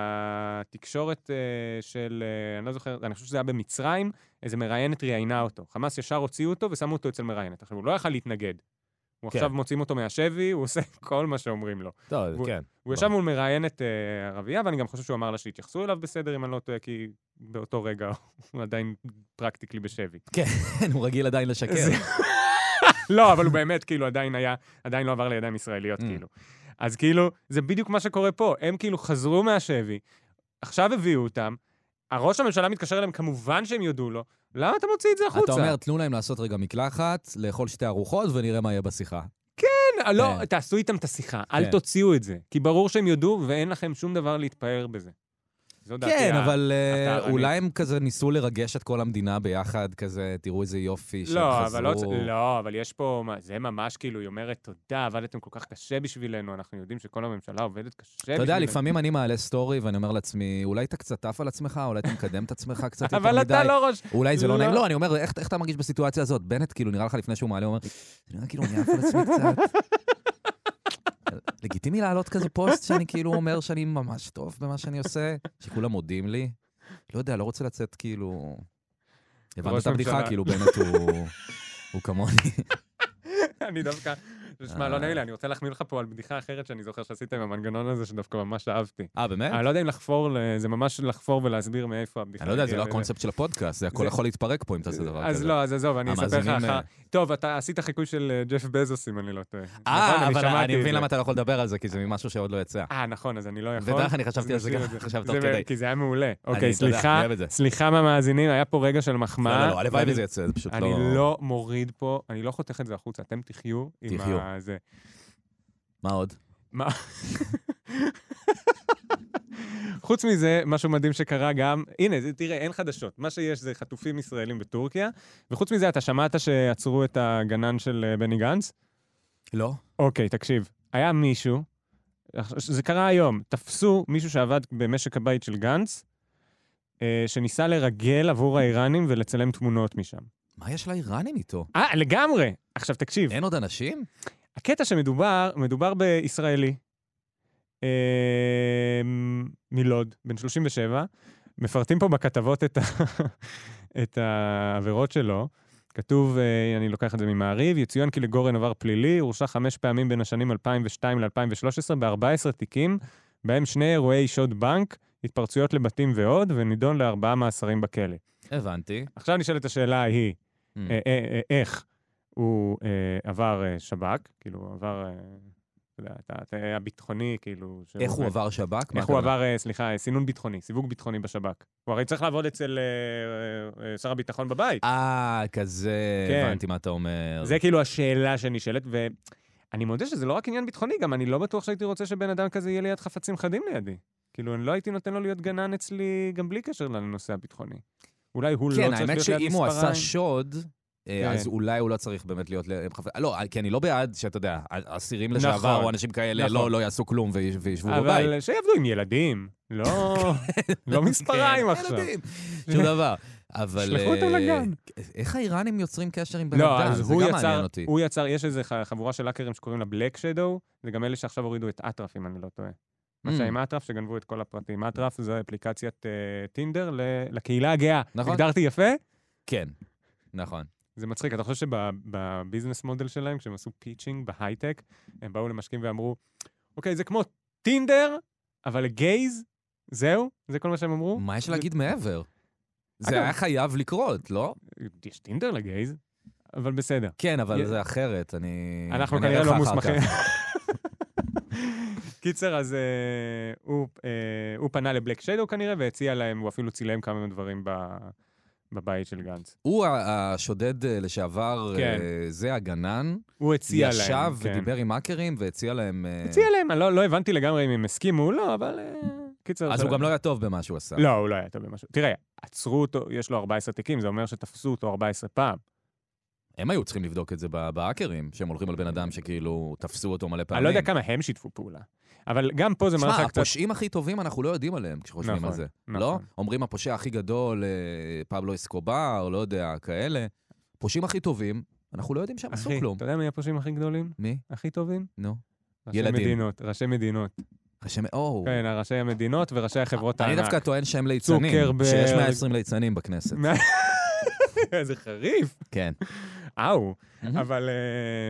התקשורת של, אני לא זוכר, אני חושב שזה היה במצרים, איזה מראיינת ראיינה אותו. חמאס ישר הוציאו אותו ושמו אותו אצל מראיינת. עכשיו, הוא לא יכל להתנגד. הוא עכשיו מוצאים אותו מהשבי, הוא עושה כל מה שאומרים לו. טוב, כן. הוא ישב מול מראיינת ערבייה, ואני גם חושב שהוא אמר לה שהתייחסו אליו בסדר, אם אני לא טועה, כי באותו רגע הוא עדיין פרקטיקלי בשבי. כן, הוא רגיל עדיין לשקר. לא, אבל הוא באמת, כאילו, עדיין היה, עדיין לא עבר לידיים ישראליות, כאילו. אז כאילו, זה בדיוק מה שקורה פה. הם כאילו חזרו מהשבי, עכשיו הביאו אותם, הראש הממשלה מתקשר אליהם, כמובן שהם יודו לו, למה אתה מוציא את זה החוצה? אתה אומר, תנו להם לעשות רגע מקלחת, לאכול שתי ארוחות, ונראה מה יהיה בשיחה. כן, לא, תעשו איתם את השיחה, אל תוציאו את זה, כי ברור שהם יודו, ואין לכם שום דבר להתפאר בזה. כן, אבל אולי הם כזה ניסו לרגש את כל המדינה ביחד, כזה, תראו איזה יופי שהם חזרו. לא, אבל יש פה, זה ממש כאילו, היא אומרת, תודה, עבדתם כל כך קשה בשבילנו, אנחנו יודעים שכל הממשלה עובדת קשה בשבילנו. אתה יודע, לפעמים אני מעלה סטורי, ואני אומר לעצמי, אולי אתה קצת עף על עצמך, אולי אתה מקדם את עצמך קצת יותר מדי. אבל אתה לא ראש... אולי זה לא נעים. לא, אני אומר, איך אתה מרגיש בסיטואציה הזאת? בנט, כאילו, נראה לך לפני שהוא מעלה, הוא אומר, זה נראה כאילו, אני עף על עצמי קצת. לגיטימי לעלות כזה פוסט שאני כאילו אומר שאני ממש טוב במה שאני עושה, שכולם מודים לי. לא יודע, לא רוצה לצאת כאילו... הבנת את הבדיחה, כאילו באמת הוא כמוני. אני דווקא... תשמע, לא נעים לי, אני רוצה להחמיא לך פה על בדיחה אחרת שאני זוכר שעשית עם המנגנון הזה, שדווקא ממש אהבתי. אה, באמת? אני לא יודע אם לחפור, זה ממש לחפור ולהסביר מאיפה הבדיחה. אני לא יודע, זה לא הקונספט של הפודקאסט, זה הכל יכול להתפרק פה אם תעשה דבר כזה. אז לא, אז עזוב, אני אספר לך אחר. טוב, אתה עשית חיקוי של ג'ף בזוס, אם אני לא טועה. אה, אבל אני מבין למה אתה לא יכול לדבר על זה, כי זה ממשהו שעוד לא יצא. אה, נכון, אז אני לא יכול. ודרך אני חשבתי על זה גם, חשבתי תוך כדי. כי זה היה מעולה. אוקיי, סליחה, סליחה מהמאזינים, היה פה רגע של מחמאה. לא, לא, הלוואי וזה יצא, זה פשוט לא... אני לא מוריד פה, אני לא חותך את זה החוצה, אתם תחיו עם זה. מה עוד? מה? חוץ מזה, משהו מדהים שקרה גם, הנה, תראה, אין חדשות. מה שיש זה חטופים ישראלים בטורקיה, וחוץ מזה, אתה שמעת שעצרו את הגנן של בני גנץ? לא. אוקיי, תקשיב. היה מישהו, זה קרה היום, תפסו מישהו שעבד במשק הבית של גנץ, שניסה לרגל עבור האיראנים ולצלם תמונות משם. מה יש לאיראנים איתו? אה, לגמרי. עכשיו, תקשיב. אין עוד אנשים? הקטע שמדובר, מדובר בישראלי, אה, מלוד, בן שלושים ושבע, מפרטים פה בכתבות את, ה, את העבירות שלו, כתוב, אה, אני לוקח את זה ממעריב, יצוין כי לגורן עבר פלילי, הורשע חמש פעמים בין השנים אלפיים ושתיים ל-אלפיים ושלוש עשרה ב-ארבעה עשר תיקים, בהם שני אירועי שוד בנק, התפרצויות לבתים ועוד, ונידון לארבעה מאסרים בכלא. הבנתי. עכשיו נשאלת השאלה היא, אה, אה, אה, איך? הוא אה, עבר אה, שב"כ, כאילו עבר אה, אתה יודע, אתה- אתה הביטחוני, כאילו... שהוא איך הוא עובד. עבר שב"כ? מה איך הוא הכוונה? עבר, אה, סליחה, אה, סינון ביטחוני, סיווג ביטחוני בשב"כ. הוא הרי צריך לעבוד אצל אה, אה, אה, שר הביטחון בבית. אה, כזה, כן. הבנתי מה אתה אומר. זה כאילו השאלה שנשאלת, ואני מודה שזה לא רק עניין ביטחוני, גם אני לא בטוח שהייתי רוצה שבן אדם כזה יהיה ליד חפצים חדים לידי. כאילו, אני לא הייתי נותן לו להיות גנן אצלי גם בלי קשר לנושא הביטחוני. אולי הוא לא כן, צריך האמת להיות ליד שאם הוא מספריים. עשה שוד, אה, כן. אז אולי הוא לא צריך באמת להיות... ל- חפ- לא, כי אני לא בעד שאתה יודע, אסירים לשעבר נכון. או אנשים כאלה נכון. לא לא יעשו כלום ויש- וישבו בבית. אבל שיעבדו עם ילדים, לא לא מספריים כן, עכשיו. ילדים, שום דבר. אבל... שלחו אותם אה, לגן. איך האיראנים יוצרים קשר עם בן לא, אדם? אז זה הוא גם יצר, מעניין אותי. הוא יצר, יש איזו ח- חבורה של האקרים שקוראים לה בלק שדו, זה גם אלה שעכשיו הורידו את אטרף, אם אני לא טועה. מה Mm. שהיה עם אטרף, שגנבו את כל הפרטים. אטרף זו אפליקציית אה, טינדר ל- לקהילה הגאה. נכון. הגדרתי יפה? כן, נכון. זה מצחיק, אתה חושב שבביזנס מודל שלהם, כשהם עשו פיצ'ינג בהייטק, הם באו למשקיעים ואמרו, אוקיי, זה כמו טינדר, אבל גייז, זהו? זה כל מה שהם אמרו? מה יש זה- להגיד מעבר? זה אגב- היה חייב לקרות, לא? יש טינדר לגייז, אבל בסדר. כן, אבל יה- זה אחרת, אני... אנחנו אני כנראה אראה לא לך אחר מוסמכים. כך. קיצר, אז אה, הוא, אה, הוא פנה לבלק שדו כנראה, והציע להם, הוא אפילו צילם כמה דברים ב, בבית של גנץ. הוא ה- השודד אה, לשעבר, כן. אה, זה הגנן, הוא הציע להם. ישב כן. ודיבר עם האקרים והציע להם... אה, הציע להם, אני לא, לא הבנתי לגמרי אם הם הסכימו או לא, אבל אה, קיצר. אז זה- הוא גם לא היה טוב במה שהוא עשה. לא, הוא לא היה טוב במשהו. תראה, עצרו אותו, יש לו ארבעה עשר תיקים, זה אומר שתפסו אותו ארבע עשרה פעם. הם היו צריכים לבדוק את זה ב- בהאקרים, שהם הולכים על בן אדם שכאילו תפסו אותו מלא פעמים. אני לא יודע כמה הם שיתפו פעולה. אבל גם פה זה מראה לך תשמע, קצת... הפושעים הכי טובים אנחנו לא יודעים עליהם כשחושבים נכון, על זה. נכון. לא? אומרים הפושע הכי גדול, אה, פבלו אסקובר, לא יודע, כאלה. הפושעים הכי טובים, אנחנו לא יודעים שהם עשו אחי, כלום. אתה יודע מי הפושעים הכי גדולים? מי? הכי טובים? נו. ראשי ילדים. מדינות, ראשי מדינות. השם... או. כן, ראשי המדינות וראשי החברות אני הענק. דווקא טוען שהם ליצנים. צוקרברג. שיש מאה ועשרים ליצנים בכנסת. איזה חריף. כן. אאו. מהמם. אבל אה,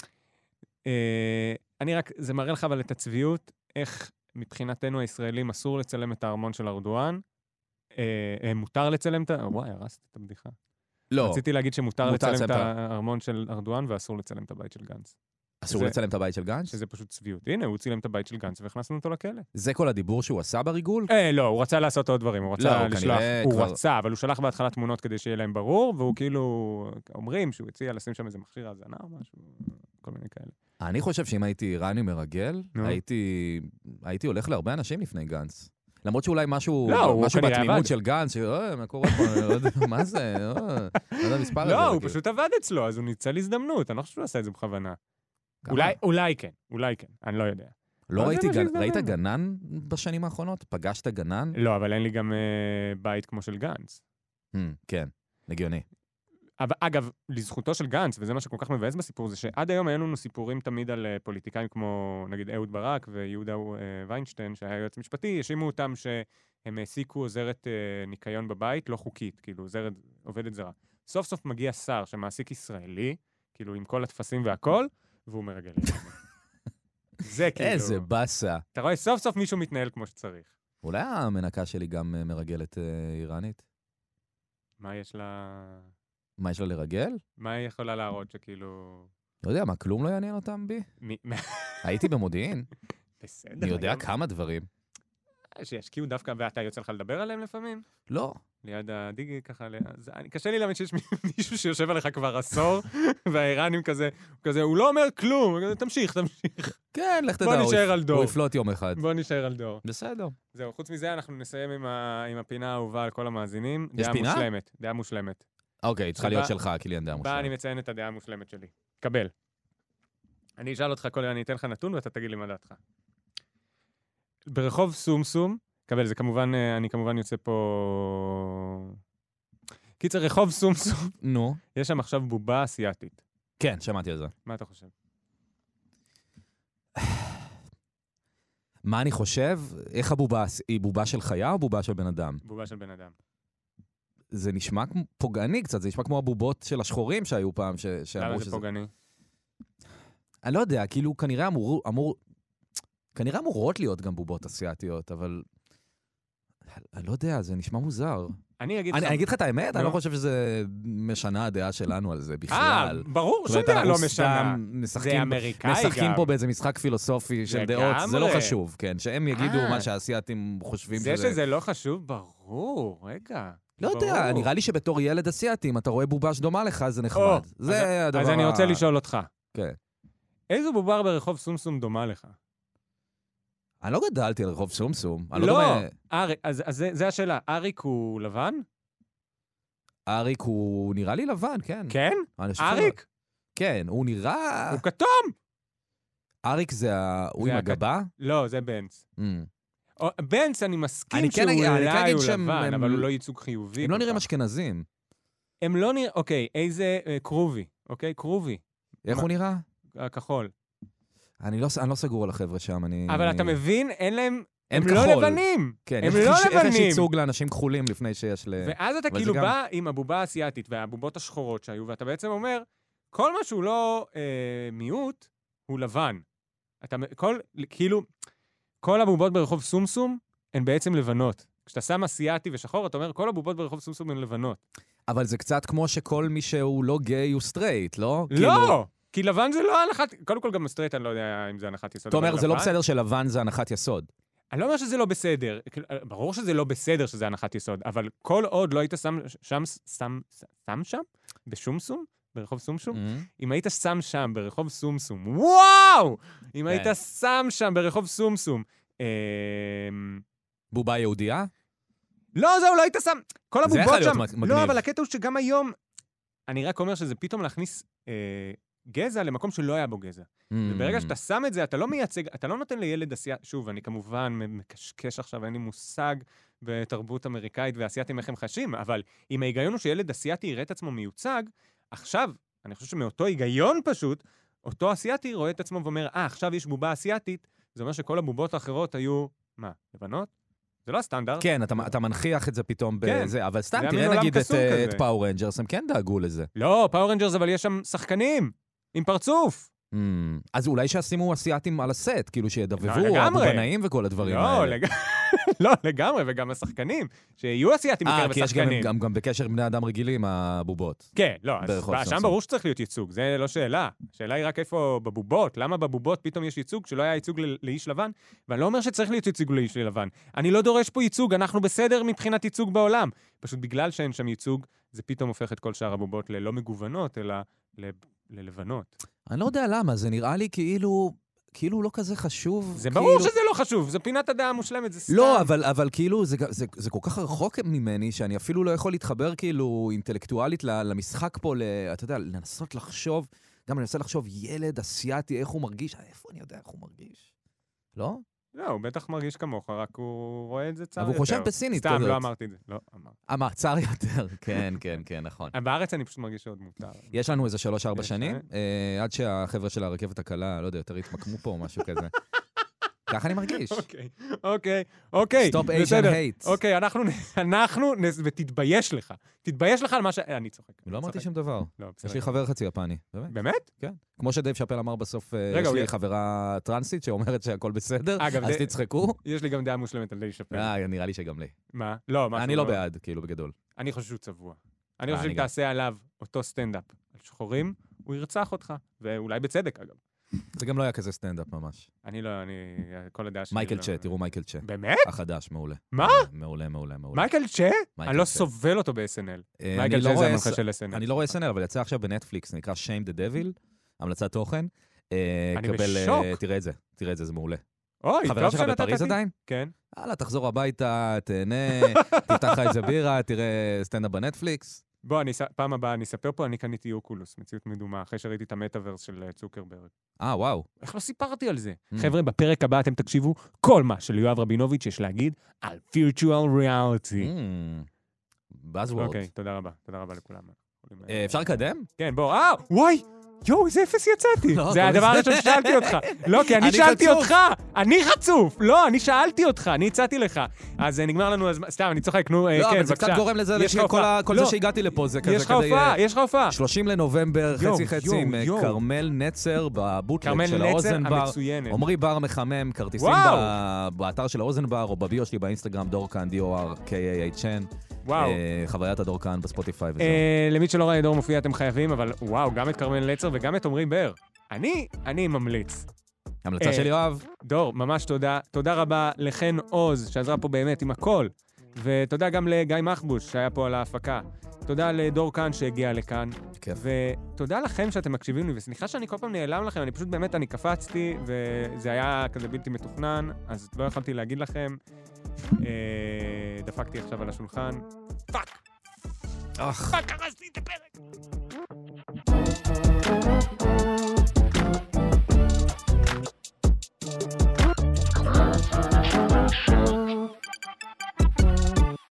אה, אני רק, זה מראה לך אבל את הצביעות, איך מבחינתנו הישראלים אסור לצלם את הארמון של ארדואן. אה, אה, מותר לצלם את ה... וואי, הרסתי את הבדיחה. לא, רציתי להגיד שמותר מותר לצלם לצלם את את הארמון של ארדואן ואסור לצלם את הבית של גנץ. אסור זה- לצלם את הבית של גנץ? שזה פשוט צביעות. הנה, הוא צילם את הבית של גנץ והכנסנו אותו לכלא. זה כל הדיבור שהוא עשה בריגול? אה, לא, הוא רצה לעשות עוד דברים, הוא לא, רצה הוא לשלוח, כנראה הוא כבר- רצה, אבל הוא שלח בהתחלה תמונות כדי שיהיה להם ברור, והוא כאילו, אומרים שהוא הציע לשים שם איזה מכשיר האזנה או משהו, כל מיני כאלה. אני חושב שאם הייתי איראני מרגל, נו. הייתי הייתי הולך להרבה אנשים לפני גנץ. למרות שאולי משהו לא, הוא משהו כנראה בתמימות עבד. של גנץ, ש- "אה, מה קורה פה? לא יודע, מה זה? אה, לא יודע, המספר הזה. לא, הוא כאילו. פשוט עבד אצלו, אז הוא ניצל הזדמנות, אני לא חושב שהוא עשה את זה בכוונה. כמה? אולי, אולי כן, אולי כן, אני לא יודע. לא אבל ראיתי, זה מה גנ- שזה ראית אומר. גנן בשנים האחרונות? פגשת גנן? לא, אבל אין לי גם אה, בית כמו של גנץ. Hmm, כן, הגיוני. אבל אגב, לזכותו של גנץ, וזה מה שכל כך מבאס בסיפור, זה שעד היום היו לנו סיפורים תמיד על אה, פוליטיקאים כמו נגיד אהוד ברק ויהודה אה, ויינשטיין, שהיה יועץ משפטי, האשימו אותם שהם העסיקו עוזרת אה, ניקיון בבית, לא חוקית, כאילו עוזרת, עובדת זרה. סוף סוף מגיע שר שמעסיק ישראלי, כאילו עם כל התפסים והכל, והוא מרגל. זה כאילו... איזה באסה. אתה רואה, סוף סוף מישהו מתנהל כמו שצריך. אולי המנקה שלי גם אה, מרגלת אה, איראנית? מה יש לה... מה יש לה לרגל? מה היא יכולה להראות שכאילו... לא יודע, מה, כלום לא יעניין אותם בי? מי- הייתי במודיעין, בסדר. אני יודע היום- כמה דברים. שישקיעו דווקא, ואתה יוצא לך לדבר עליהם לפעמים? לא. ליד הדיגי, ככה, ל- אז אני- קשה לי להאמין שיש מישהו שיושב עליך כבר עשור, והאיראנים כזה, הוא כזה, הוא לא אומר כלום, הוא כזה, תמשיך, תמשיך. כן, לך תדע, בוא הוא נשאר יפ- על דור. הוא יפלוט יום אחד. בוא נשאר על דור. בסדר. זהו, חוץ מזה, אנחנו נסיים עם ה- עם הפינה האהובה על כל המאזינים. יש דעה פינה? מושלמת, דעה מושלמת. אוקיי, צריכה שבה- להיות שלך, כי לי אין דעה בה אני מושלמת. מציין את הדעה המושלמת שלי. קבל. אני אשאל אותך כל... אני אתן לך נתון ואתה תגיד לי מה דעתך. ברחוב סומסום, קבל, זה כמובן, אה, אני כמובן יוצא פה... קיצר, רחוב סומסום, נו. יש שם עכשיו בובה אסיאתית. כן, שמעתי על זה. מה אתה חושב? מה אני חושב? איך הבובה? היא בובה של חיה או בובה של בן אדם? בובה של בן אדם. זה נשמע כמו- פוגעני קצת, זה נשמע כמו הבובות של השחורים שהיו פעם, ש- למה שאמרו זה שזה... פוגעני? אני לא יודע, כאילו כנראה אמור... אמור... כנראה אמורות להיות גם בובות אסיאתיות, אבל... אני לא יודע, זה נשמע מוזר. אני אגיד אני לך... אני אגיד לך את האמת, אני נו. לא חושב שזה משנה הדעה שלנו על זה אה, בכלל. ברור זאת אומרת, שזה לא אנחנו משנה. סתם זה משחקים- אמריקאי משחקים גם. פה באיזה משחק פילוסופי של דעות, זה לא לגמרי. חשוב, כן, שהם יגידו אה. מה שהאסייתים חושבים זה שזה... שזה לא חשוב, ברור, רגע. לא יודע, ברור. נראה לי שבתור ילד אסייתי, אם אתה רואה בובה שדומה לך, זה נחמד. או, זה אז- הדבר אז אני רוצה ה- לשאול אותך. כן. איזו בובה ברחוב סומסום דומה לך? אני לא גדלתי על רחוב סומסום. אני לא לא, דומה... אריק, אז אז זה- זה השאלה. אריק הוא לבן? אריק הוא נראה לי לבן, כן. כן? אני חושב שהוא- אריק? כן, הוא נראה... הוא כתום! אריק זה ה... הוא זה עם הכ- הגבה? לא, זה בנץ. Mm. או- בנץ, אני מסכים אני כן שהוא אגיד- אני כן אולי אגיד הוא שהם- לבן, הם- אבל הוא לא ייצוג חיובי. הם לא כל נראים כך. אשכנזים. הם לא נראים... אוקיי, איזה... אה, כרובי, אוקיי? כרובי, איך מה- הוא נראה? הכחול. אני לא אני לא סגור על החבר'ה שם, אני... אבל אתה מבין, אין להם... הם הם לא כחול. לבנים! כן, הם איך לא יש- איך יש לבנים. ייצוג לאנשים כחולים לפני שיש ל... ואז אתה אבל כאילו זה גם- בא עם הבובה האסייתית והבובות השחורות שהיו, ואתה בעצם אומר, כל מה שהוא לא אה, מיעוט, הוא לבן. אתה, מ- כל, כאילו, כל הבובות ברחוב סומסום הן בעצם לבנות. כשאתה שם אסייתי ושחור, אתה אומר, כל הבובות ברחוב סומסום הן לבנות. אבל זה קצת כמו שכל מי שהוא לא גיי הוא סטרייט, לא? כאילו- לא! כי לבן זה לא הנחת... קודם כל, גם סטרייט, אני לא יודע אם זה הנחת יסוד. אתה אומר, אבל זה לא לבן- בסדר שלבן זה הנחת יסוד. אני לא אומר שזה לא בסדר. כאילו, ברור שזה לא בסדר שזה הנחת יסוד, אבל כל עוד לא היית שם שם, שם, שם שם? בשומסום? ברחוב סומסום? Mm-hmm. אם היית שם שם ברחוב סומסום, וואו! אם כן. היית שם שם ברחוב סומסום, אמ, בובה יהודייה? לא, זהו, לא היית שם... כל זה הבובות יכול להיות שם... מג- מגניב. לא, אבל הקטע הוא שגם היום... אני רק אומר שזה פתאום להכניס אה, גזע למקום שלא היה בו גזע. וברגע שאתה שם את זה, אתה לא מייצג, אתה לא נותן לילד עשייה... שוב, אני כמובן מקשקש עכשיו, אין לי מושג בתרבות אמריקאית ואסייתים איך הם חשים, אבל אם ההיגיון הוא שילד אסייתי יראה את עצמו מיוצג, עכשיו, אני חושב שמאותו היגיון פשוט, אותו אסייתי רואה את עצמו ואומר, אה, עכשיו יש בובה אסייתית, זה אומר שכל הבובות האחרות היו, מה, לבנות? זה לא הסטנדרט. כן, אתה, אתה מנכיח את זה פתאום כן. בזה, אבל סתם זה תראה מין עולם נגיד את, קסום אה, כזה. את פאור רנג'רס, הם כן דאגו לזה. לא, פאור רנג'רס, אבל יש שם שחקנים, עם פרצוף. Mm. אז אולי שישימו אסייתים על הסט, כאילו לא, שידבבו, לגמרי. הבובנאים וכל הדברים לא, האלה. לג... לא, לגמרי, וגם השחקנים, שיהיו אסייתים אה, בקרב כי יש גם, השחקנים. גם, גם בקשר עם בני אדם רגילים, הבובות. כן, לא, אז ברחוב שם סומסום. ברור שצריך להיות ייצוג, זה לא שאלה. השאלה היא רק איפה בבובות, למה בבובות פתאום יש ייצוג שלא היה ייצוג ל- לאיש לבן? ואני לא אומר שצריך להיות ייצוג לאיש לבן. אני לא דורש פה ייצוג, אנחנו בסדר מבחינת ייצוג בעולם. פשוט בגלל שאין שם ייצוג, זה פתאום הופך את כל שאר הבובות ללא מגוונות, אלא ל- ללבנות. אני לא יודע למה, זה נראה לי כאילו, כאילו לא כזה חשוב. זה כאילו... ברור שזה לא חשוב, זה פינת הדעה המושלמת, זה סתם. לא, אבל, אבל כאילו, זה, זה, זה כל כך רחוק ממני, שאני אפילו לא יכול להתחבר כאילו אינטלקטואלית ל- למשחק פה, ל- אתה יודע, לנסות לחשוב, גם אני מנסה לחשוב, ילד אסייתי, איך הוא מרגיש, איפה אני יודע איך הוא מרגיש? לא? לא, הוא בטח מרגיש כמוך, רק הוא רואה את זה צער אבל יותר. הוא חושב בסינית סתם, כזאת. לא אמרתי את זה. לא, אמרתי. המעצר יותר, כן, כן, כן, נכון. בארץ אני פשוט מרגיש שעוד מותר. יש לנו איזה שלוש-ארבע יש, שנים, אה? אה, עד שהחבר'ה של הרכבת הקלה, לא יודע, יותר התמקמו פה או משהו כזה. ככה אני מרגיש. אוקיי, אוקיי, אוקיי. Stop Asian בסדר. hate. אוקיי, אנחנו, אנחנו, נס- ותתבייש לך. תתבייש לך על מה ש... אה, אני צוחק. לא אמרתי צוחק. שום דבר. לא, יש בסדר. לי חבר חצי יפני, באמת. באמת? כן. כמו שדייב שאפל אמר בסוף, אה, רגע, יש הוא לי י- חברה טרנסית שאומרת שהכל בסדר, אגב, אז זה- תצחקו. יש לי גם דעה מושלמת על די שפר. אה, נראה לי שגם לי. מה? לא, משהו אני לא בעד, כאילו, בגדול. אני חושב שהוא צבוע. אני אה, חושב אני שאם גם. תעשה עליו אותו סטנדאפ על שחורים, הוא ירצח אותך. ואולי בצדק, אגב. זה גם לא היה כזה סטנדאפ ממש. אני לא, אני... כל הדעה שלי... מייקל לא- צ'ה, תראו מייקל צ'ה. באמת? החדש, מעולה. מה? מעולה, מעולה, מעולה. מייקל צ'ה? מייקל אני לא צ'ה. סובל אותו ב-אס אן אל. אה, אני מייקל לא צ'ה זה רואה המנחה ס- של אס אן אל. אני לא רואה אס אן אל, אבל יצא עכשיו בנטפליקס, נקרא Shame the Devil, המלצת תוכן. אה, אני קבל, בשוק. אה, תראה את זה, תראה את זה, זה מעולה. אוי, חברה טוב שלך שנתת בפריז לי. עדיין? כן. יאללה, תחזור הביתה, תהנה, תפתח לך איזה בירה, תראה סטנדאפ בנטפליקס. בוא, אני, ס- פעם הבאה אני אספר פה, אני קניתי אוקולוס, מציאות מדומה, אחרי שראיתי את המטאברס של אה, צוקרברג. אה, וואו. איך לא סיפרתי על זה? Mm. חבר'ה, בפרק הבא אתם תקשיבו כל מה שליואב רבינוביץ' יש להגיד על virtual reality. Buzzword. אוקיי, תודה רבה. תודה רבה לכולם. אה, אפשר לקדם? כן, בוא, אה, וואי! יואו, איזה אפס יצאתי. לא, זה הכל הדבר בסדר. הראשון ששאלתי אותך. לא, כי אני אני שאלתי חצוף. אותך. אני חצוף. לא, אני שאלתי אותך, אני הצעתי לך. אז אה, נגמר לנו הזמן. סתם, אני צוחק, נו, אה, לא, כן, אבל זה קצת בבקשה. גורם לזה, יש לך שכל הופעה. ה- כל לא. זה שהגעתי לפה, זה כזה יש לך כזה... הופעה, יש לך הופעה. שלושים לנובמבר, יואו, חצי חצי יואו, עם אה, יואו. כרמל נצר בבוטלג כרמל של נצר האוזנבר. המצוינת. עמרי בר מחמם, כרטיסים וואו. ב- באתר של האוזנבר, או בביו שלי באינסטגרם, דורקן, די-או-אר-קיי-איי-אייץ'-אן. וואו. חוויית הדור כאן בספוטיפיי וזהו. למי שלא ראה דור מופיע אתם חייבים, אבל וואו, גם את קרמן לצר וגם את עמרי בר. אני, אני ממליץ. המלצה של יואב. דור, ממש תודה. תודה רבה לחן עוז, שעזרה פה באמת עם הכל. ותודה גם לגיא מחבוש, שהיה פה על ההפקה. תודה לדור כאן שהגיע לכאן. כיף. ותודה לכם שאתם מקשיבים לי, וסליחה שאני כל פעם נעלם לכם, אני פשוט באמת, אני קפצתי, וזה היה כזה בלתי מתוכנן, אז לא יכולתי להגיד לכם. דפקתי עכשיו על השולחן. פאק! אך. פאק, הרסתי את הפרק!